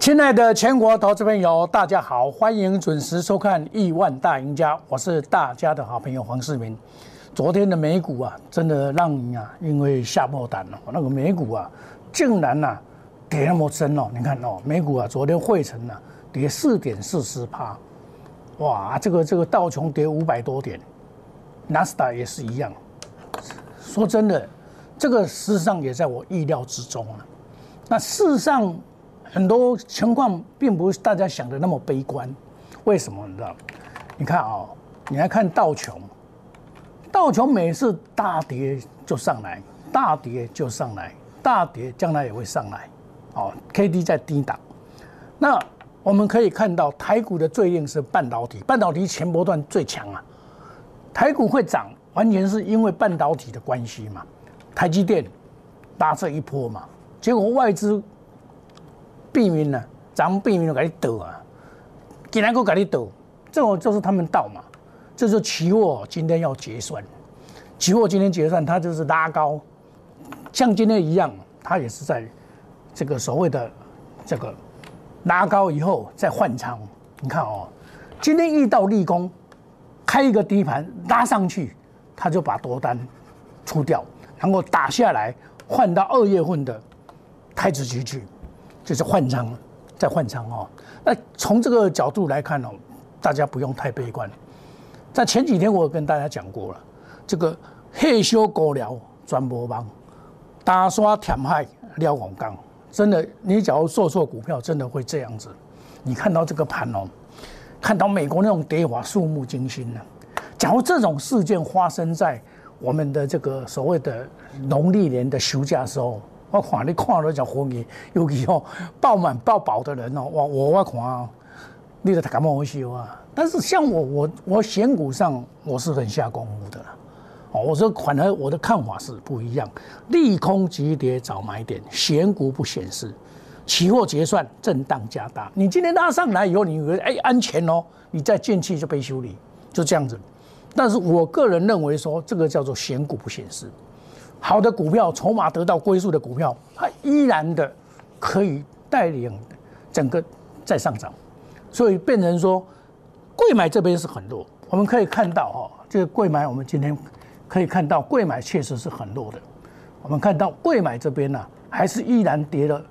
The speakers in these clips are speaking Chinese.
亲爱的全国投资朋友，大家好，欢迎准时收看《亿万大赢家》，我是大家的好朋友黄世明。昨天的美股啊，真的让你啊，因为吓破胆了。那个美股啊，竟然啊跌那么深哦！你看哦，美股啊，昨天汇成啊跌4.40%，哇，这个道琼跌500多点，纳斯达也是一样。说真的，这个事实上也在我意料之中啊。那事实上，很多情况并不是大家想的那么悲观。为什么？你知道？你看啊，你来看道琼，道琼每次大跌就上来，大跌就上来，大跌将来也会上来。哦 ，K D 在低档。那我们可以看到，台股的最硬是半导体，半导体前波段最强啊。台股会涨，完全是因为半导体的关系嘛。台积电拉这一波嘛，结果外资避免了，咱们避免了给你倒啊，竟然够给你倒，这种就是他们倒嘛。这就是期货今天要结算，期货今天结算，它就是拉高，像今天一样，它也是在这个所谓的这个拉高以后再换仓。你看哦，今天遇到利空，开一个低盘拉上去，它就把多单出掉，然后打下来换到2月份的台指期去。就是换仓，再换仓哦。那从这个角度来看哦，大家不用太悲观。在前几天我有跟大家讲过了，这个退休股了专无帮，打刷填海撩广杠，真的，你假如做错股票，真的会这样子。你看到这个盘哦，看到美国那种跌法，触目惊心了。假如这种事件发生在我们的这个所谓的农历年的休假的时候，我看你看了就昏去，尤其哦爆满爆饱的人哦，我看啊，你就感冒会啊。但是像我选股上我是很下功夫的啦，哦，我说反而我的看法是不一样，利空急跌找买点，选股不显示，期货结算震荡加大。你今天拉上来以后，你以为安全哦，你再进去就被修理，就这样子。但是我个人认为说，这个叫做选股不显示。好的股票，筹码得到归宿的股票，它依然的可以带领整个再上涨，所以变成说，贵买这边是很弱。我们可以看到哈，这个贵买，我们今天可以看到贵买确实是很弱的。我们看到贵买这边呢，还是依然跌了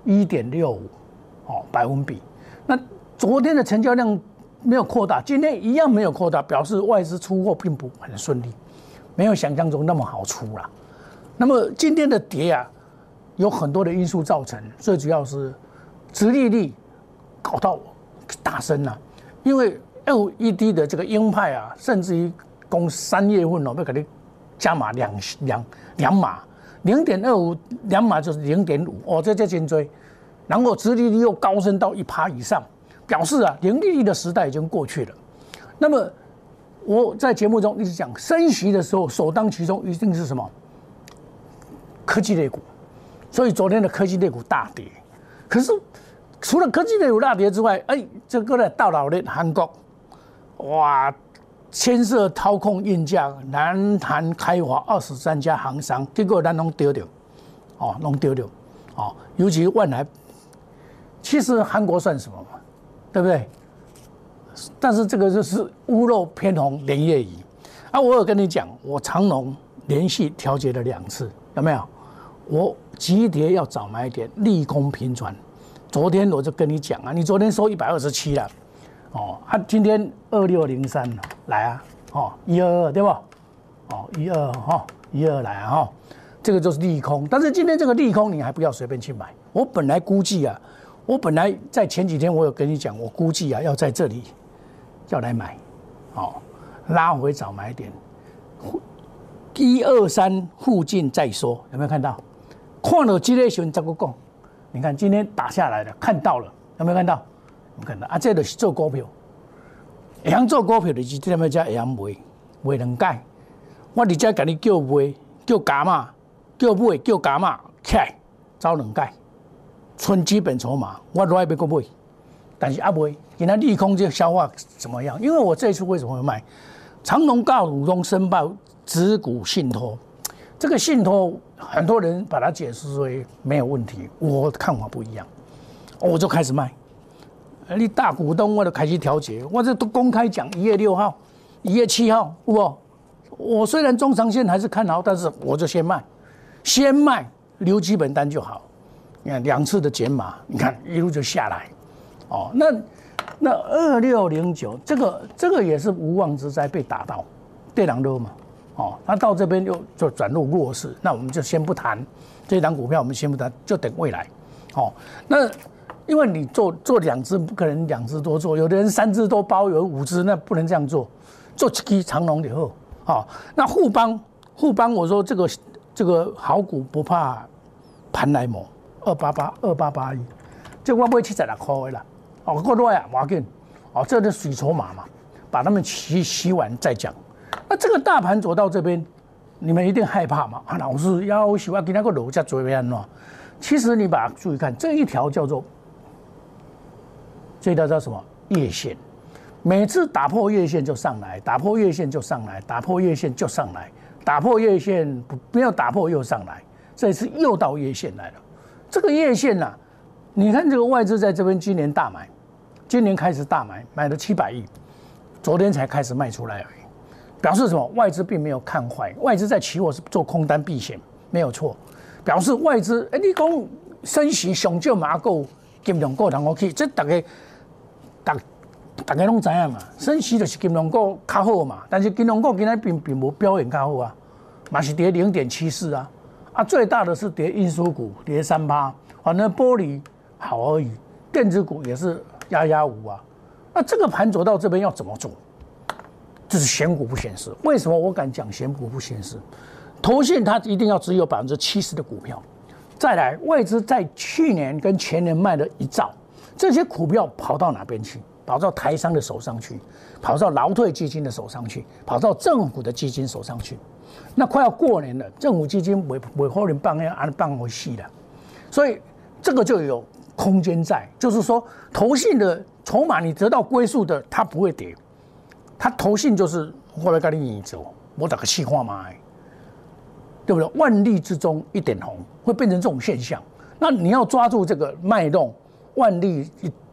1.65%百分比。那昨天的成交量没有扩大，今天一样没有扩大，表示外资出货并不很顺利，没有想象中那么好出啦。那么今天的跌啊，有很多的因素造成，最主要是殖利率搞到大升了，因为 LED 的这个鹰派啊，甚至于公3月份哦，要给你加码两码，0.25两码就是0.5哦，这真多。然后殖利率又高升到1%以上，表示啊，零利率的时代已经过去了。那么我在节目中一直讲，升息的时候首当其冲一定是什么？科技类股，所以昨天的科技类股大跌。可是除了科技类股大跌之外，这个呢，到了韩国，哇，牵涉掏空运价，南韩开华23家航商，结果咱拢丢掉，哦，拢丢掉，哦，尤其万来，其实韩国算什么嘛，对不对？但是这个就是屋漏偏逢连夜雨啊！我有跟你讲，我长荣连续调节了2次，有没有？我急跌要找买点，利空频传。昨天我就跟你讲啊，你昨天收127了，哦，今天2603来啊，哦，122对吧？哦，122来啊，哈，这个就是利空。但是今天这个利空你还不要随便去买。我本来估计啊，我本来在前几天我有跟你讲，我估计啊要在这里要来买，哦，拉回找买点，123附近再说，有没有看到？看到这个时候再讲，你看今天打下来了，看到了，有没有看到？有看到啊，这就是做股票，会晓做股票就是这么才会晓卖2解。我直接给你叫卖，叫加码，叫买，叫加码，起来走2解，存基本筹码，我来要搁买，但是卖，今天利空这消化怎么样？因为我这一次为什么会卖？长荣告股东申报指股信托。这个信托很多人把它解释为没有问题，我看法不一样。 我就开始卖。你大股东我就开始调节，我这都公开讲1月6号、1月7号，有无？我虽然中长线还是看好，但是我就先卖，留基本单就好。你看2次的减码，你看一路就下来，哦，那2609这个也是无妄之灾被打到，对狼肉嘛，哦，那到这边就转入弱势，那我们就先不谈这档股票，我们先不谈，就等未来，哦，那因为你做2只不可能2只多做，有的人3只都包，有5只那不能这样做一支长龙就好，好，那富邦我说这个好股不怕盘来磨，28881，这我买76块的啦。哦，够多呀，不要紧。哦，这是洗筹码嘛，把他们洗完再讲。那这个大盘走到这边，你们一定害怕嘛？啊，老师要喜欢给那个楼价做要安怎？其实你把它注意看，这一条叫做，这条叫什么？月线。每次打破月线就上来，打破月线就上来，打破月线就上来，打破月线没有打破又上来，这一次又到月线来了。这个月线啊，你看这个外资在这边今年大买。今年开始大买了700亿，昨天才开始卖出来而已，表示什么？外资并没有看坏，外资在期货是做空单避险，没有错，表示外资，你讲升息上少嘛够金融股通好去，这大家拢知影嘛，升息就是金融股较好嘛，但是金融股今天并无表现较好啊，嘛是跌0.74啊，最大的是跌运输股跌3%，反正玻璃好而已，电子股也是。压无啊，那这个盘走到这边要怎么做？这是选股不选市。为什么我敢讲选股不选市？投信它一定要只有70%的股票。再来，外资在去年跟前年卖了1兆，这些股票跑到哪边去？跑到台商的手上去，跑到劳退基金的手上去，跑到政府的基金手上去。那快要过年了，政府基金没可能放回去了，所以这个就有。空间在，就是说，投信的筹码你得到归宿的，它不会跌。它投信就是我来跟你研究，我打个气话嘛，对不对？万利之中一点红，会变成这种现象。那你要抓住这个脉动，万利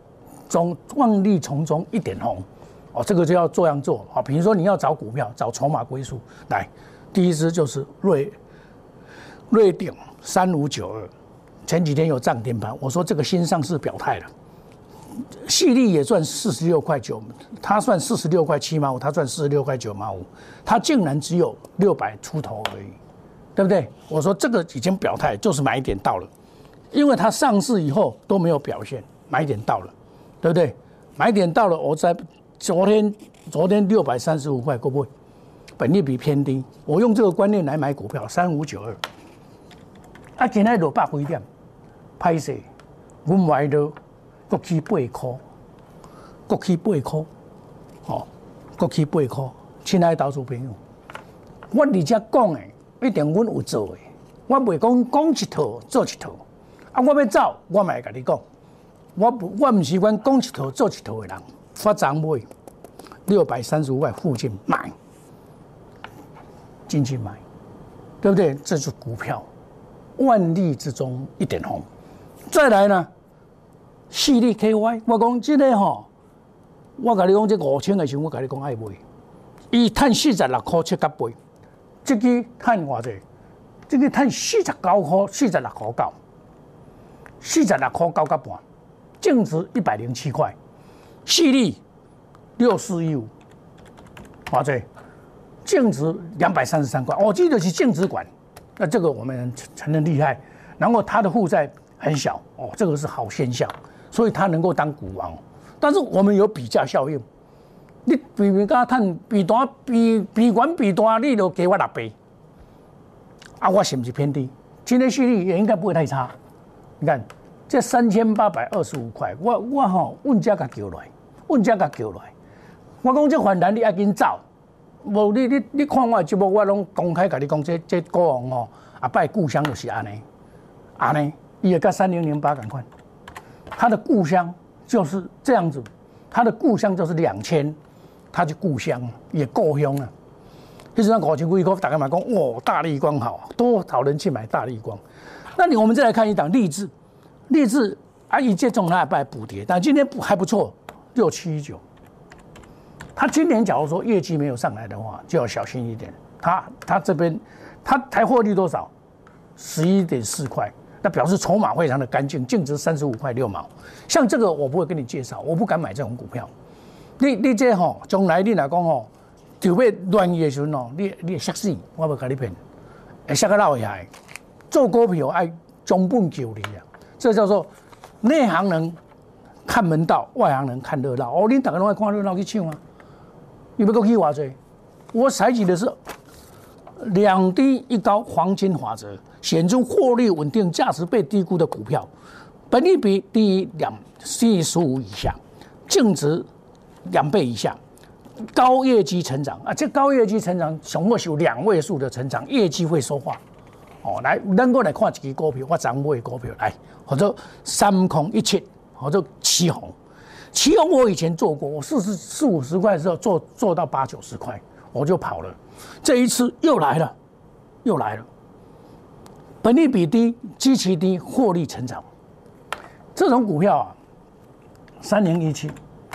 从中一点红，哦，这个就要这样做啊。比如说你要找股票，找筹码归宿，来，第一支就是瑞鼎3592。前几天有涨停板，我说这个新上市表态了，细粒也赚46块9，他算46块7毛5，他赚46块9毛5，他竟然只有600出头而已，对不对？我说这个已经表态，就是买点到了，因为它上市以后都没有表现，买点到了，对不对？买点到了，我在昨天635块，够不够？本益比偏低，我用这个观念来买股票，3592，啊，今天落100几点？歹势，阮买到国起8块，国起8块，哦，国起8块。亲爱的投资朋友，我而家讲的一定阮有做的，我袂讲一套做一套。啊，我要走，我嘛会甲你讲，我唔是阮讲一套做一套的人。我昨买635块附近买，进去买，对不对？这是股票，万利之中一点红。再来呢，细粒 KY， 我讲这个吼，我甲你讲这5000的时候，我甲你讲爱买，伊赚46块7角8，这个赚偌济？这个赚49块46块9，46块9角半，净值107块，细粒6415，偌济？净值233块，哦，这就是净值管，那这个我们承认厉害。然后它的负债很小哦，这个是好现象，所以它能够当股王。但是我们有比价效应，你比较赚比大比管比大，你就给我6倍，啊，我是不是偏低？今天息率也应该不会太差。你看这3825块，我吼问价甲叫来，我讲这反弹你要紧走。无你看我的节目，我拢公开甲你讲，这股王哦，阿拜故乡就是安尼，伊也跟3008同款，他的故乡就是这样子，他的故乡就是2000，他就故乡也故乡啊。迄时阵5000几块，大家嘛讲，哇，大立光好，多少人去买大立光？那我们再来看一档励志啊，以这种那拜补跌，但今天还不错，6719。他今年假如说业绩没有上来的话，就要小心一点。他这边他台获利多少？11.4块，那表示筹码非常的干净，净值35块6毛。像这个我不会跟你介绍，我不敢买这种股票。你这吼，将来你来讲吼，就要乱的时候，你会吓死，我不跟你骗，会吓个老下来。做股票爱中本求利啊，这叫做内行人看门道，外行人看热闹。哦，你大家拢爱看热闹去抢啊？你要搁去偌济？我采取的是2低1高黄金法则，选出获利稳定、价值被低估的股票，本益比低于45以下，净值2倍以下，高业绩成长啊！这高业绩成长，上或是有2位数的成长，业绩会说话。哦，来，咱过来看一支股票，我昨买的股票来，或者3017，或者旗宏。旗宏我以前做过，我40-50块的时候做到80-90块，我就跑了。这一次又来了，本益比低，基期低，获利成长。这种股票啊，3017，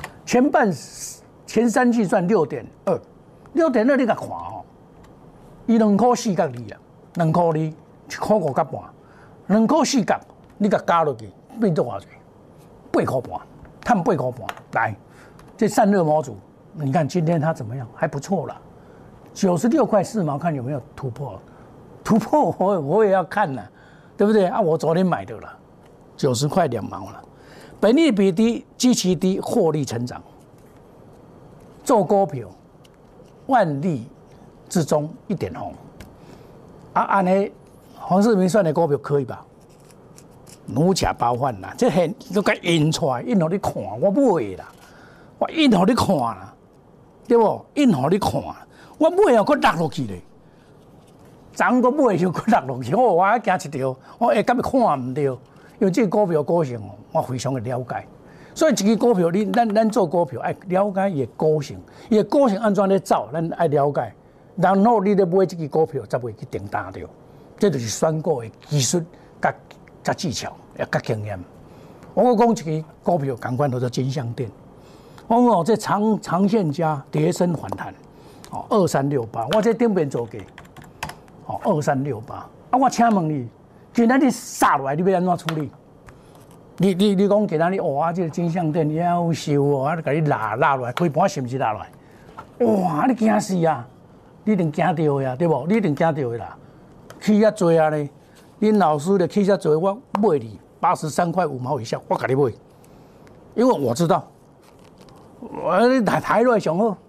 前3季赚6.2，6.2你甲看哦，伊2块4角2啊，2块2，1块5角半，2块4角，你甲加落去变做偌济？8块半。看8块半，来，这散热模组，你看今天它怎么样？还不错啦，96块4毛，看有没有突破？突破我也要看啦，对不对啊？我昨天买的了，90块2毛了，本益比低，基期低，获利成长。做股票，万利之中一点红。啊，安尼黄世明算的股票可以吧？如假包换啦，这现都该印出来，印互你看，我买啦，我印互你看啦，对不？印互你看，我买后佫落落去咧，昨个买又佫落落去，我还惊一条，我会敢看唔到，因为这股票股性哦，我非常的了解，所以一支股票，咱做股票爱了解伊的股性，伊的股性安怎咧走，咱爱了解，然后你咧买这支股票才会去订单着，这就是选股的技术甲技巧也甲经验。我讲一支股票，同款叫做金像电。我讲这长线加跌升反弹，2368，我这顶边做价，2368。啊，我请问你，今仔日杀落来，你要安怎处理？你讲今仔日哇，这个金像电夭寿哦，啊，甲你拉落来，开盘是毋是拉落来？哇，你惊死啊！你一定惊到呀，对不？你一定惊到啦，起遐济啊咧！恁老师的起遐济，我买你83块5毛以下，我甲你买，因为我知道，我台落上好。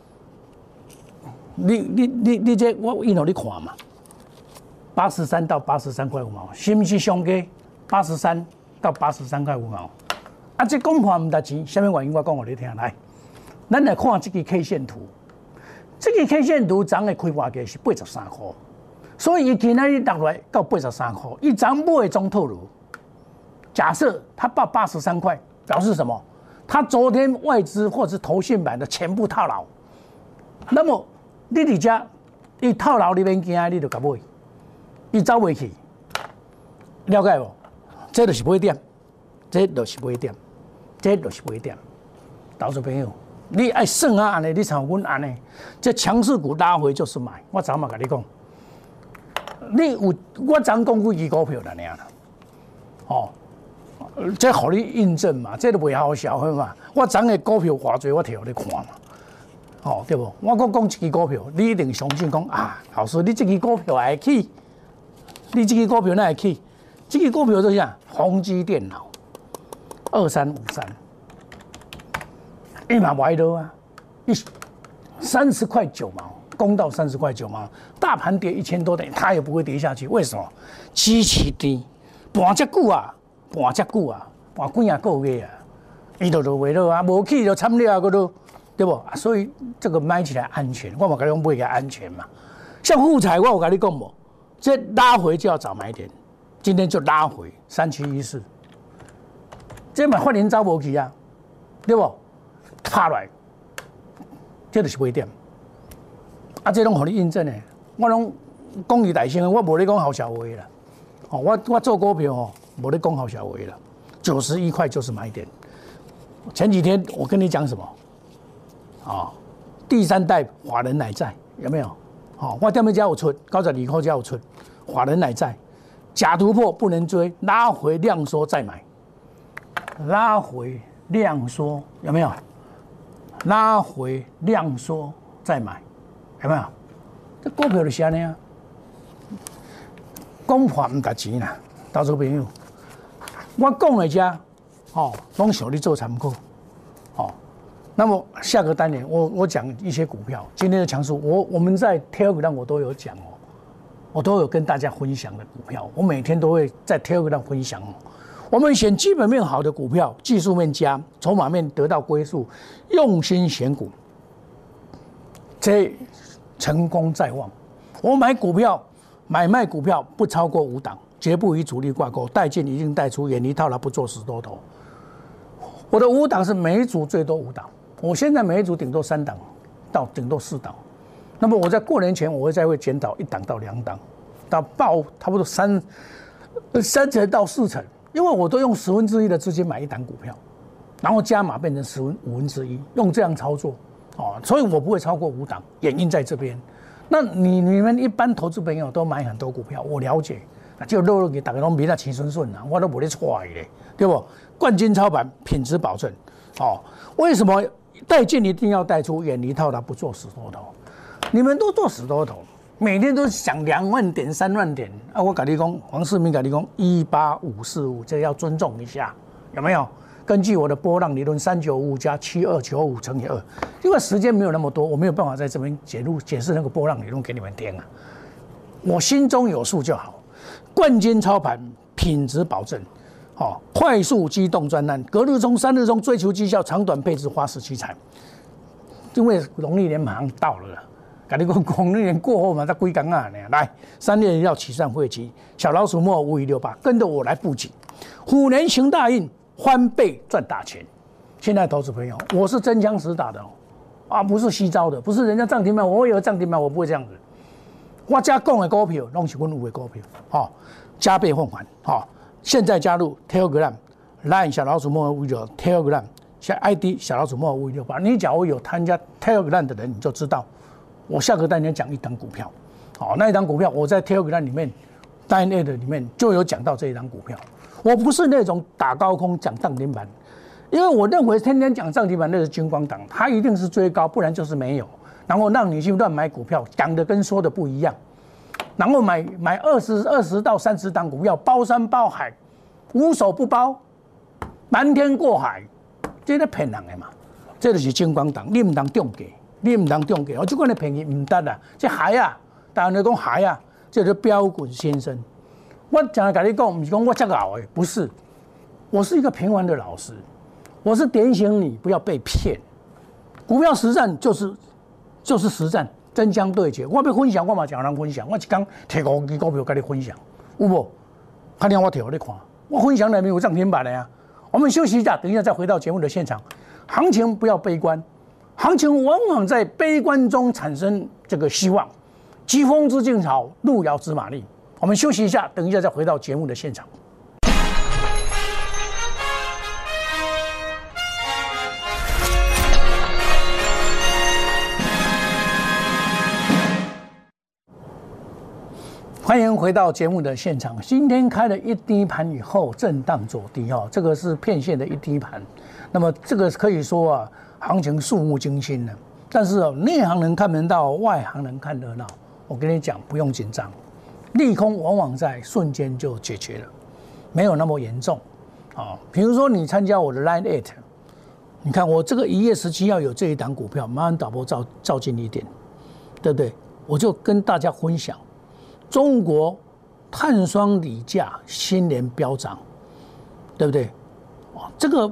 你这我印互你看嘛，83到83块5毛，是毋是上价83到83块5毛？啊，这讲话唔值钱，什么原因？我讲互你听来。咱来看这个 K 线图，这个 K 线图昨的开盘价是83块。所以，今仔日落来到83块，伊昨买的中透露。假设他报83块，表示什么？他昨天外资或是投信版的全部套牢。那么你伫遮，伊套牢你免惊，你就甲买，伊走袂去，了解无？这就是买点，这就是买点，这就是买点。投资朋友，你爱算啊安尼，你像阮安尼，这强势股拉回就是买。我昨嘛甲你讲。你有我昨讲几支股票啦，尔啦，哦，这互你印证嘛，这都袂好笑嘛。我昨的股票偌济，我摕互你看嘛，哦，对不？我讲一支股票，你一定相信讲啊，老师，你这支股票会起，你这支股票哪会起？这支股票就是啥？宏基电脑2353，伊嘛歪了啊，伊30块9毛。攻到30块9毛，大盘跌1000多点，它也不会跌下去。为什么？基期低，盘遮久啊，盘几啊个月啊，伊就落袂落啊，无起就惨了啊，个都对不？啊，所以这个买起来安全，我嘛甲你讲买起来安全嘛。像富彩，我有甲你讲无，这拉回就要找买点，今天就拉回3714，这嘛发现走无去啊，对不？拍来，这就是买点。啊，这拢互你印证诶，我拢讲义大声，我无咧讲好笑话啦。哦，我做股票吼，无咧讲好笑话啦。 91块就是买点。前几天我跟你讲什么？第3代法人乃在有没有？我店面家有出92块家有出，法人乃在，假突破不能追，拉回量缩再买，拉回量缩有没有？拉回量缩再买，有没有？这股票就是安尼啊，讲话唔值钱啦，投资朋友，我讲的家，拢想你做参考，那么下个单元我讲一些股票，今天的强势，我们在 Telegram 我都有讲我都有跟大家分享的股票，我每天都会在 Telegram 分享我们选基本面好的股票，技术面佳，筹码面得到归宿，用心选股，这成功在望。我买股票、买卖股票不超过5档，绝不与主力挂钩，带进一定带出，远离套牢，不做死多头。我的5档是每一组最多5档。我现在每一组顶多3档到顶多4档，那么我在过年前我会再会检讨1档到2档，到爆差不多3成到4成，因为我都用1/10的资金买1档股票，然后加码变成1/5，用这样操作所以我不会超过5档，原因在这边。那你们一般投资朋友都买很多股票，我了解，就肉给大家拢明仔齐顺啊，我都不咧踹咧，对不？冠军操盘，品质保证为什么？带进一定要带出，远离套牢，不做死多头。你们都做死多头，每天都想2万点、3万点我跟你讲，黄世明跟你讲18545，这要尊重一下，有没有？根据我的波浪理论，3955加7295乘以2，因为时间没有那么多，我没有办法在这边解释那个波浪理论给你们听啊。我心中有数就好。冠军操盘，品质保证。快速机动专案，隔日冲、3日冲，追求绩效，长短配置，花式器材。因为农历年马上到了，跟你讲，农历年过后嘛，才几天啊呢？来，3月要起算会期，小老鼠莫5168，跟着我来布局，虎年行大运，翻倍赚大钱。现在投资朋友，我是真枪实打的不是虚招的，不是人家涨停板，我有涨停板，我不会这样子。我家讲的股票，拢是阮有的股票，加倍奉还，现在加入 Telegram Line 小老鼠莫5168 Telegram ID 小老鼠莫5168，你假如有参加 Telegram 的人，你就知道我下个单元讲1档股票，那一档股票我在 Telegram 里面 Line 里面就有讲到这一档股票。我不是那种打高空讲涨停板，因为我认为天天讲涨停板那是军光党，它一定是追高，不然就是没有，然后让你去乱买股票，讲的跟说的不一样。然后买20到30档股票，包山包海，无所不包，瞒天过海，这是骗人的嘛？这就是金光党，你唔当中计，你唔当中计，这款的便宜唔得啦。这海啊，大家讲海啊，这就是标股先生。我讲来跟你讲，不是讲我这个好的，不是，我是一个平凡的老师，我是点醒你不要被骗。股票实战就是实战。真枪对决，我要分享，我嘛讲人分享。我一天摕5支股票跟你分享，有无？看见我摕给你看，我分享里面有涨停板的呀。我们休息一下，等一下再回到节目的现场。行情不要悲观，行情往往在悲观中产生这个希望。疾风知劲草，路遥知马力。我们休息一下，等一下再回到节目的现场。欢迎回到节目的现场。今天开了一低盘以后，震荡走低这个是片线的一低盘。那么这个可以说行情触目惊心了。但是内行人看门道，外行人看热闹。我跟你讲，不用紧张，利空往往在瞬间就解决了，没有那么严重比如说你参加我的 Line 8，你看我这个1月17号有这一档股票，麻烦导播照近一点，对不对？我就跟大家分享。中国碳酸锂价新年飙涨，对不对？这个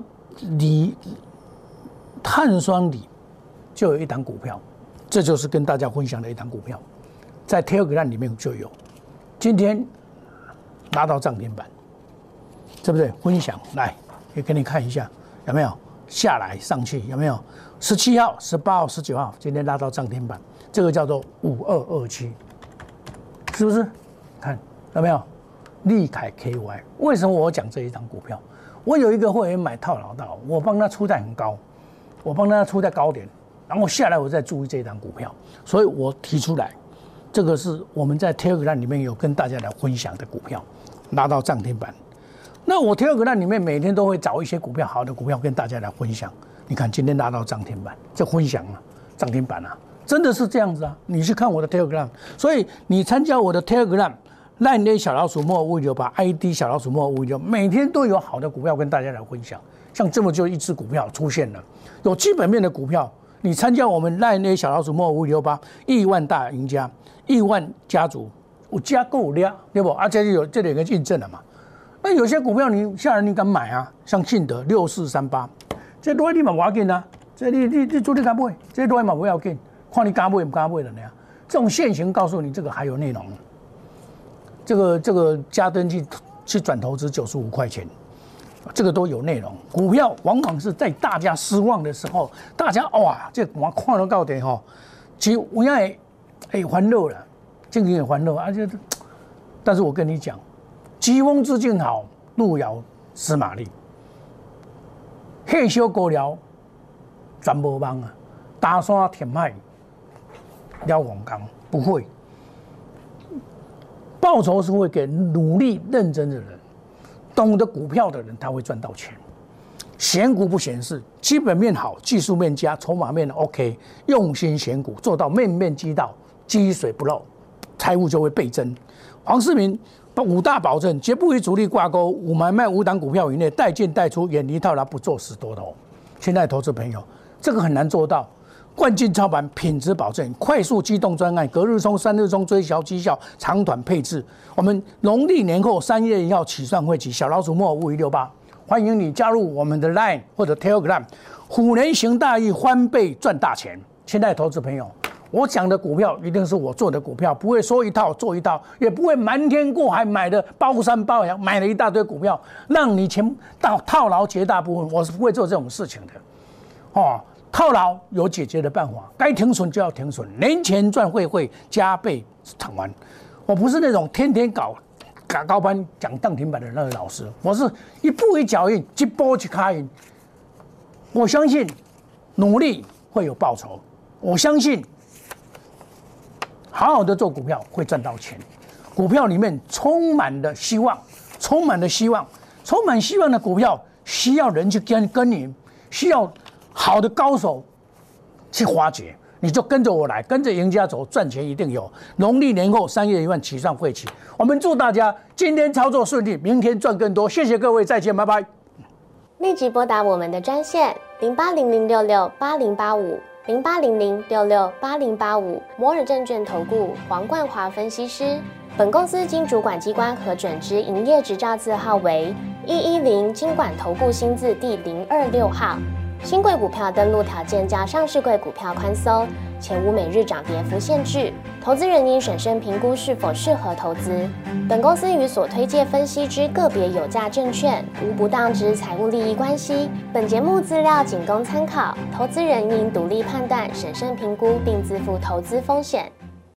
碳酸锂就有一档股票，这就是跟大家分享的一档股票，在 Telegram 里面就有。今天拉到涨停板，对不对？分享来，也给你看一下，有没有下来上去？有没有？17号、18号、19号，今天拉到涨停板，这个叫做5227。是不是？看到没有？利凯 KY， 为什么我讲这一档股票？ 我有一个会员买套牢到，我帮他出在很高，我帮他出在高点，然后下来我再注意这档股票，所以我提出来，这个是我们在 Telegram 里面有跟大家来分享的股票，拉到涨停板。那我 Telegram 里面每天都会找一些股票，好的股票跟大家来分享。你看今天拉到涨停板，这分享啊，涨停板啊，真的是这样子啊！你去看我的 Telegram， 所以你参加我的 Telegram。LINE 小老鼠莫568 ID 小老鼠莫568，每天都有好的股票跟大家来分享。像这么就一只股票出现了，有基本面的股票，你参加我们 LINE 小老鼠莫568亿万大赢家、亿万家族，有加够量，对不？啊，这有这两个印证了嘛？那有些股票你下来你敢买啊？像信德6438，这多你嘛不要紧啊，这你做你敢买，这多嘛不要紧，看你敢买不敢买的呢。这种现行告诉你这个还有内容。这个加登去转投资95块钱，这个都有内容。股票往往是在大家失望的时候，大家哇，这我看到高点哈，其实我也欢乐了，经营也欢乐，而且，但是我跟你讲，疾风知劲好，路遥知马力，嘿小高粱全无忙啊，大山填海了王刚不会。报酬是会给努力认真的人，懂得股票的人，他会赚到钱。选股不选市，基本面好，技术面佳，筹码面 OK， 用心选股，做到面面俱到，积水不漏，财务就会倍增。黄世明5大保证，绝不与主力挂钩，5买卖5档股票以内，带进带出，远离套牢，不做死多头。现在投资朋友，这个很难做到。冠军操盘，品质保证，快速机动专案，隔日冲、3日冲，追销绩效，长短配置。我们农历年后3月1号起算会期，小老鼠莫5168，欢迎你加入我们的 LINE 或者 Telegram， 虎年行大运，翻倍赚大钱。亲爱的投资朋友，我讲的股票一定是我做的股票，不会说一套做一套，也不会瞒天过海买的包山包海，买了一大堆股票，让你钱到套牢绝大部分，我是不会做这种事情的，哦。套牢有解决的办法，该停损就要停损，年前赚会加倍偿还。我不是那种天天搞高班讲涨停板的那个老师，我是一步一脚印，一波一卡印。我相信努力会有报酬，我相信好好的做股票会赚到钱。股票里面充满了希望，充满了希望，充满希望的股票需要人去跟你，需要好的高手去发掘，你就跟着我来，跟着赢家走，赚钱一定有。农历年后3月1号起算会期，我们祝大家今天操作顺利，明天赚更多。谢谢各位，再见，拜拜。 立即拨打我们的专线0800668085 0800668085摩尔证券投顾黄冠华分析师。本公司经主管机关核准之营业执照字号为110金管投顾新字第026号。新贵股票登录条件较上市贵股票宽松，且无每日涨跌幅限制。投资人应审慎评估是否适合投资。本公司与所推介分析之个别有价证券无不当之财务利益关系。本节目资料仅供参考，投资人应独立判断、审慎评估，并自负投资风险。